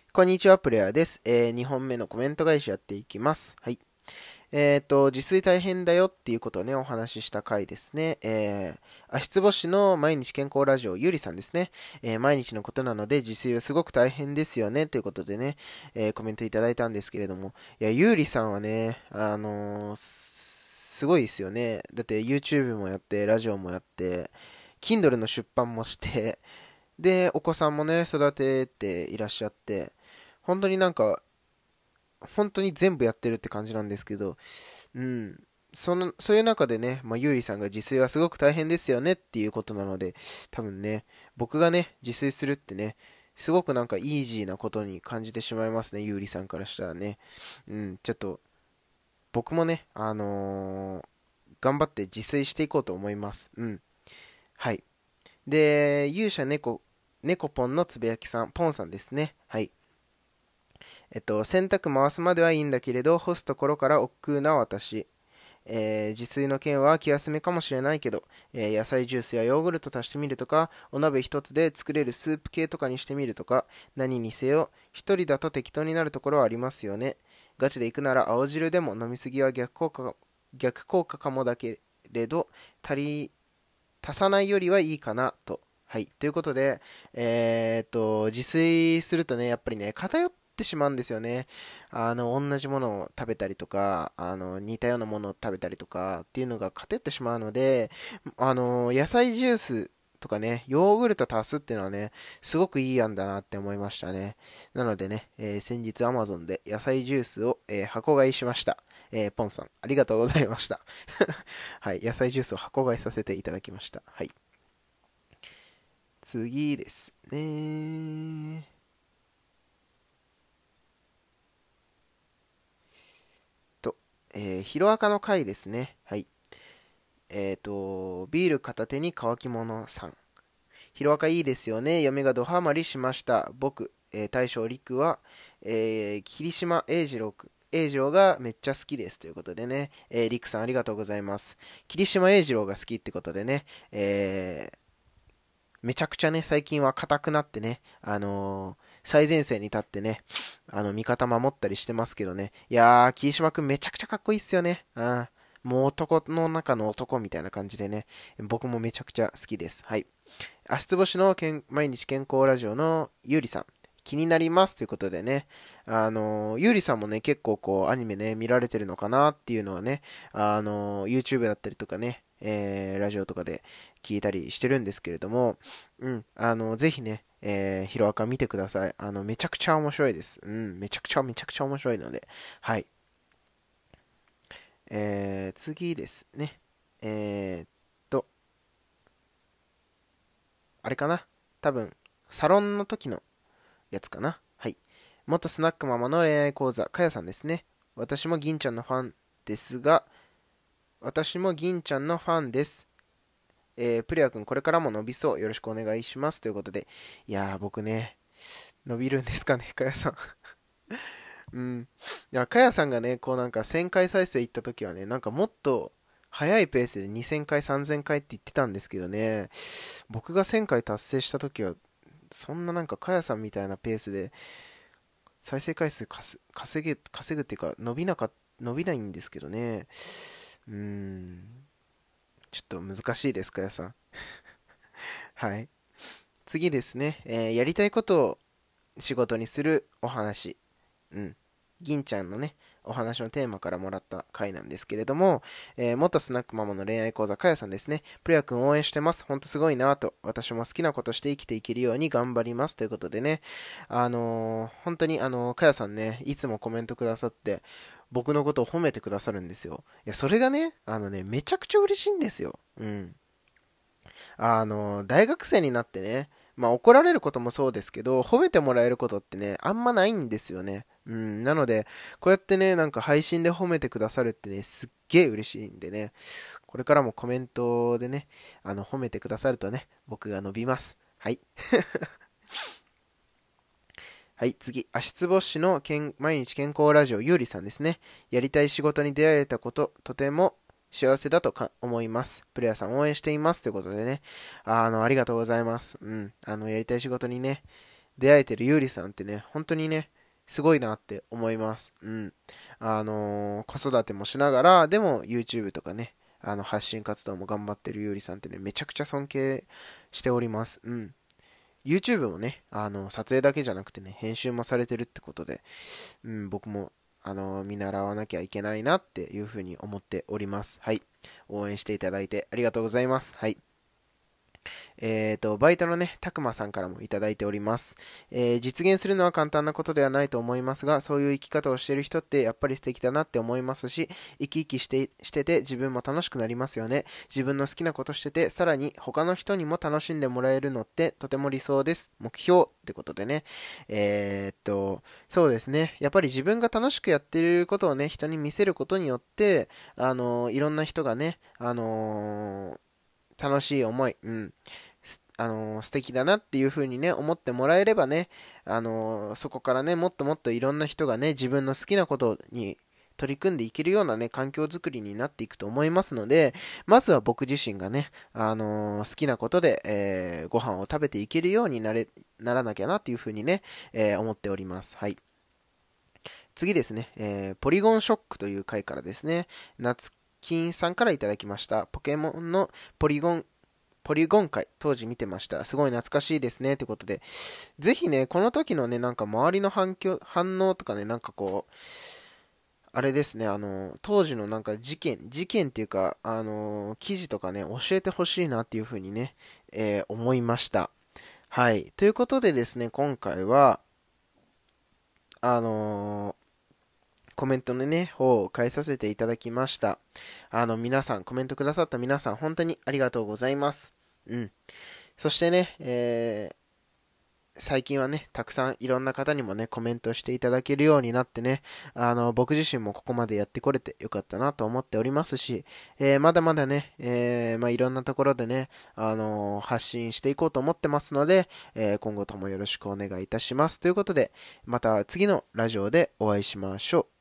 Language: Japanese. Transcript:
こんにちは、プレイヤーです。2本目のコメント返しやっていきます。はい。自炊大変だよっていうことをね、お話しした回ですね。足つぼ師の毎日健康ラジオ、ゆうりさんですね。毎日のことなので、自炊はすごく大変ですよね、ということでね、コメントいただいたんですけれども、いや、ゆうりさんはね、すごいですよね。だって YouTube もやって、ラジオもやって、Kindle の出版もして、で、お子さんもね、育てていらっしゃって、本当に本当に全部やってるって感じなんですけど、うん。そういう中でね、ゆうりさんが自炊はすごく大変ですよねっていうことなので、多分ね、僕がね、自炊するってね、すごくイージーなことに感じてしまいますね、ゆうりさんからしたらね。うん、ちょっと、僕もね、頑張って自炊していこうと思います。うん。はい。で、勇者猫ポンのつぶやきさん、ポンさんですね。はい。洗濯回すまではいいんだけれど、干すところから億劫な私。自炊の件は気休めかもしれないけど、野菜ジュースやヨーグルト足してみるとか、お鍋一つで作れるスープ系とかにしてみるとか、何にせよ、一人だと適当になるところはありますよね。ガチで行くなら青汁でも飲みすぎは逆効果かもだけれど、足さないよりはいいかなと。はい。ということで、自炊するとね、やっぱりね、偏ってしまうんですよね。同じものを食べたりとか、似たようなものを食べたりとかっていうのが偏ってしまうので、野菜ジュースとかね、ヨーグルト足すっていうのはね、すごくいい案だなって思いましたね。なのでね、先日 Amazon で野菜ジュースを、箱買いしました。ポンさん、ありがとうございました。はい、野菜ジュースを箱買いさせていただきました。はい。次ですね。と、ヒロアカの回ですね。はい。ビール片手に乾き物さん。ヒロアカいいですよね。嫁がドハマりしました。僕、大将陸は、霧島英二郎がめっちゃ好きですということでね、陸さんありがとうございます。霧島英二郎が好きってことでね、めちゃくちゃね、最近は硬くなってね、最前線に立ってね、味方守ったりしてますけどね。いやー、霧島くんめちゃくちゃかっこいいっすよね。もう男の中の男みたいな感じでね、僕もめちゃくちゃ好きです。はい。足つぼしの毎日健康ラジオのゆうりさん。気になりますということでね、ゆうりさんもね、結構こう、アニメね、見られてるのかなっていうのはね、YouTube だったりとかね、ラジオとかで聞いたりしてるんですけれども、うん、ぜひね、ヒロアカ見てください。めちゃくちゃ面白いです。うん、めちゃくちゃ面白いので、はい。次ですね。えーっと、あれかな多分、サロンの時のやつかな。はい。元スナックママの恋愛講座、かやさんですね。私も銀ちゃんのファンですが、私も銀ちゃんのファンです。プレア君これからも伸びそう。よろしくお願いします。ということで。いやー、僕ね、伸びるんですかね、かやさん。うん。いや、かやさんがね、こう1000回再生いった時はね、もっと早いペースで2000回、3000回って言ってたんですけどね、僕が1000回達成した時は、そんなかやさんみたいなペースで再生回数稼ぐっていうか、伸びないんですけどね。うーん、ちょっと難しいです、かやさん。はい。次ですね。やりたいことを仕事にするお話。うん。銀ちゃんのね、お話のテーマからもらった回なんですけれども、元スナックママの恋愛講座、かやさんですね。プレア君応援してます。ほんとすごいなと。私も好きなことして生きていけるように頑張ります。ということでね。本当にかやさんね、いつもコメントくださって、僕のことを褒めてくださるんですよ。いや、それがね、めちゃくちゃ嬉しいんですよ。うん。大学生になってね、怒られることもそうですけど、褒めてもらえることってね、あんまないんですよね。うん、なので、こうやってね、配信で褒めてくださるってね、すっげえ嬉しいんでね、これからもコメントでね、褒めてくださるとね、僕が伸びます。はい。はい、次。足つぼ師の毎日健康ラジオ、ゆうりさんですね。やりたい仕事に出会えたこと、とても幸せだと思います。プレイヤーさん応援しています。ということでね。ありがとうございます。うん。やりたい仕事にね、 出会えてるゆうりさんってね、本当にね、すごいなって思います。うん。子育てもしながら、でも YouTube とかね、発信活動も頑張ってるゆうりさんってね、めちゃくちゃ尊敬しております。うん。YouTube もね、撮影だけじゃなくてね、編集もされてるってことで、うん、僕も、見習わなきゃいけないなっていうふうに思っております。はい。応援していただいてありがとうございます。はい。バイトのね、たくまさんからもいただいております。実現するのは簡単なことではないと思いますが、そういう生き方をしている人ってやっぱり素敵だなって思いますし、生き生きしてて自分も楽しくなりますよね。自分の好きなことしてて、さらに他の人にも楽しんでもらえるのってとても理想です。目標ってことでね。そうですね。やっぱり自分が楽しくやっていることをね、人に見せることによって、いろんな人がね、楽しい思い、うん、素敵だなっていう風にね、思ってもらえればね、そこからね、もっともっといろんな人がね、自分の好きなことに取り組んでいけるようなね、環境づくりになっていくと思いますので、まずは僕自身がね、好きなことで、ご飯を食べていけるようにならなきゃなっていう風にね、思っております。はい。次ですね、ポリゴンショックという回からですね、夏金さんからいただきました。ポケモンのポリゴン回、当時見てました。すごい懐かしいですね。ということで、ぜひね、この時のね、なんか周りの反応とかね、なんかこう、あれですね、当時のなんか事件っていうか、記事とかね、教えてほしいなっていうふうにね、思いました。はい。ということでですね、今回は、あのーコメントのね、方を返させていただきました。皆さん、コメントくださった皆さん、本当にありがとうございます。うん。そしてね、最近はね、たくさんいろんな方にもね、コメントしていただけるようになってね、僕自身もここまでやってこれてよかったなと思っておりますし、まだまだね、まあ、いろんなところでね、発信していこうと思ってますので、今後ともよろしくお願いいたします。ということで、また次のラジオでお会いしましょう。